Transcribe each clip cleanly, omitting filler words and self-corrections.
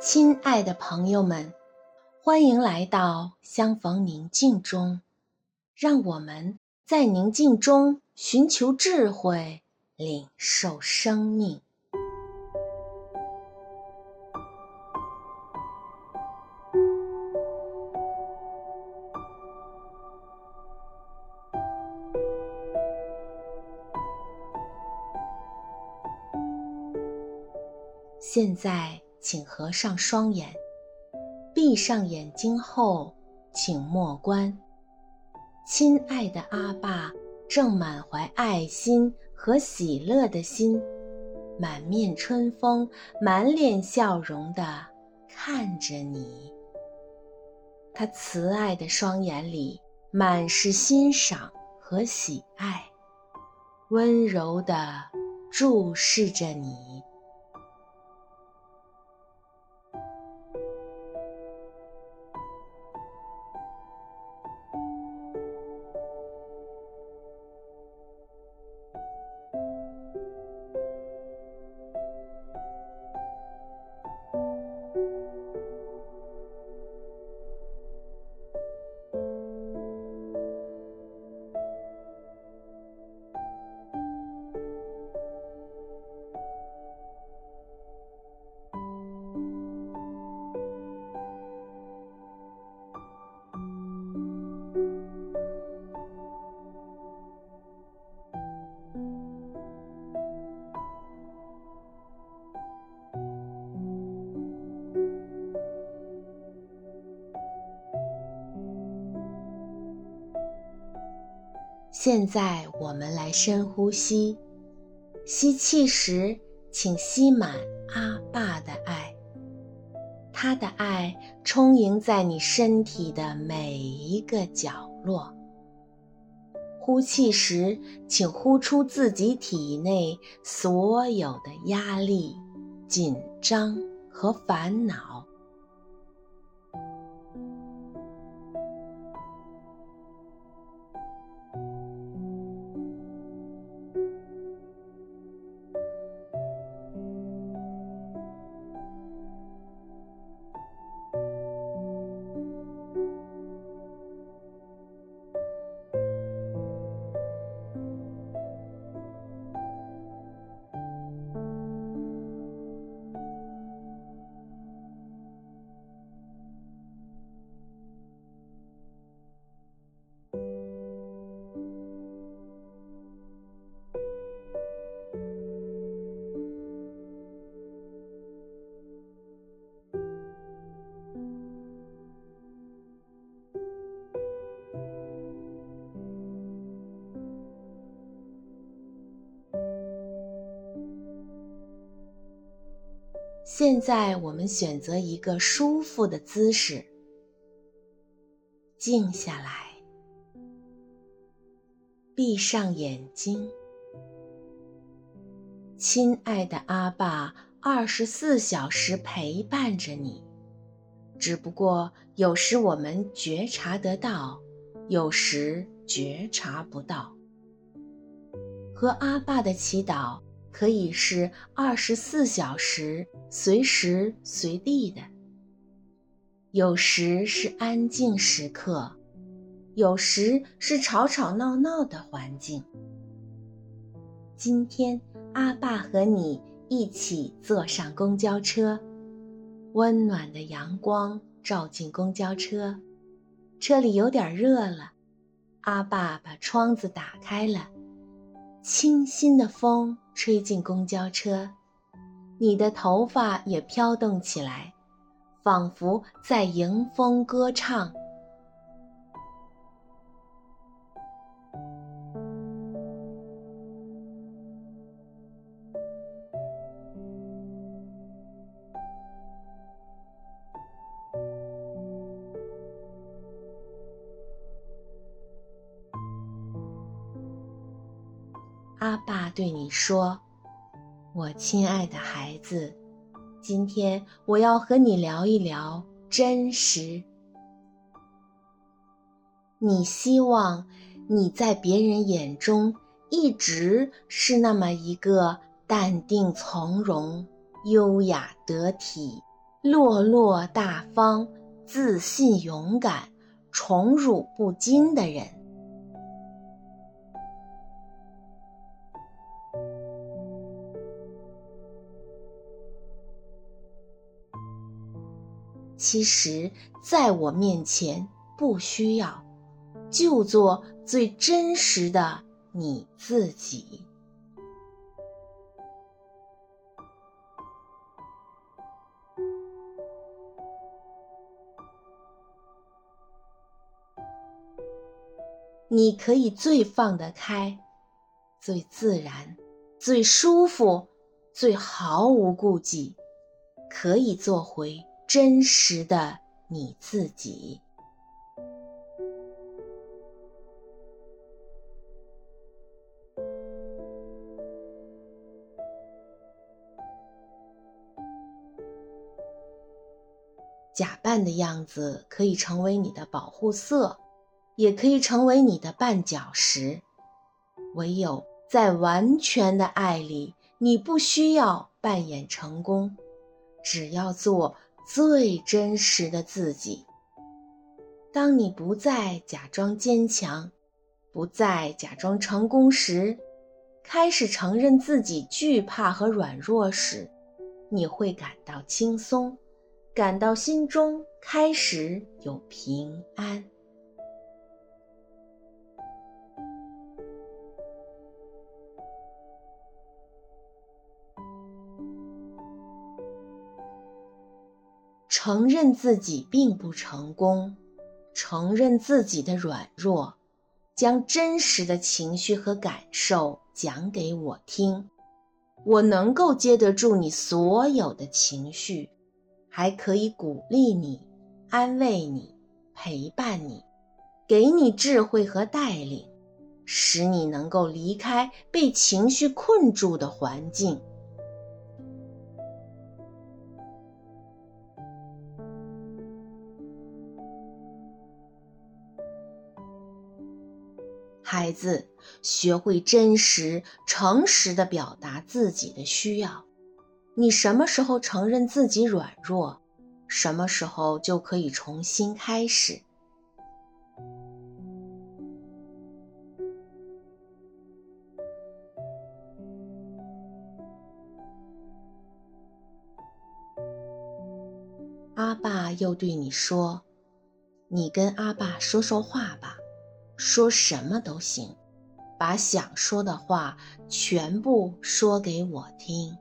亲爱的朋友们，欢迎来到相逢宁静中，让我们在宁静中寻求智慧，领受生命。现在请合上双眼，闭上眼睛后请默观。亲爱的阿爸正满怀爱心和喜乐的心，满面春风，满脸笑容地看着你。他慈爱的双眼里满是欣赏和喜爱，温柔地注视着你。现在我们来深呼吸，吸气时请吸满阿爸的爱，他的爱充盈在你身体的每一个角落。呼气时请呼出自己体内所有的压力、紧张和烦恼。现在我们选择一个舒服的姿势，静下来，闭上眼睛。亲爱的阿爸24小时陪伴着你，只不过有时我们觉察得到，有时觉察不到。和阿爸的祈祷可以是24小时随时随地的，有时是安静时刻，有时是吵吵闹闹的环境。今天阿爸和你一起坐上公交车，温暖的阳光照进公交车，车里有点热了，阿爸把窗子打开了，清新的风吹进公交车，你的头发也飘动起来，仿佛在迎风歌唱。阿爸对你说，我亲爱的孩子，今天我要和你聊一聊真实。你希望你在别人眼中一直是那么一个淡定从容、优雅得体、 落落大方、自信勇敢、宠辱不惊的人。其实，在我面前不需要，就做最真实的你自己。你可以最放得开，最自然，最舒服，最毫无顾忌，可以做回真实的你自己。假扮的样子可以成为你的保护色，也可以成为你的绊脚石。唯有在完全的爱里，你不需要扮演成功，只要做最真实的自己。当你不再假装坚强，不再假装成功时，开始承认自己惧怕和软弱时，你会感到轻松，感到心中开始有平安。承认自己并不成功，承认自己的软弱，将真实的情绪和感受讲给我听。我能够接得住你所有的情绪，还可以鼓励你，安慰你，陪伴你，给你智慧和带领，使你能够离开被情绪困住的环境。孩子，学会真实、诚实地表达自己的需要。你什么时候承认自己软弱，什么时候就可以重新开始。阿爸又对你说，你跟阿爸说说话吧，说什么都行，把想说的话全部说给我听。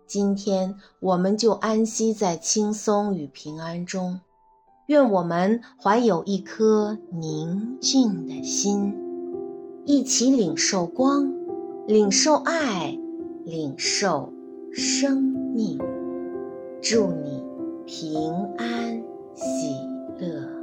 今天我们就安息在轻松与平安中，愿我们怀有一颗宁静的心，一起领受光，领受爱，领受生命。祝你平安喜乐。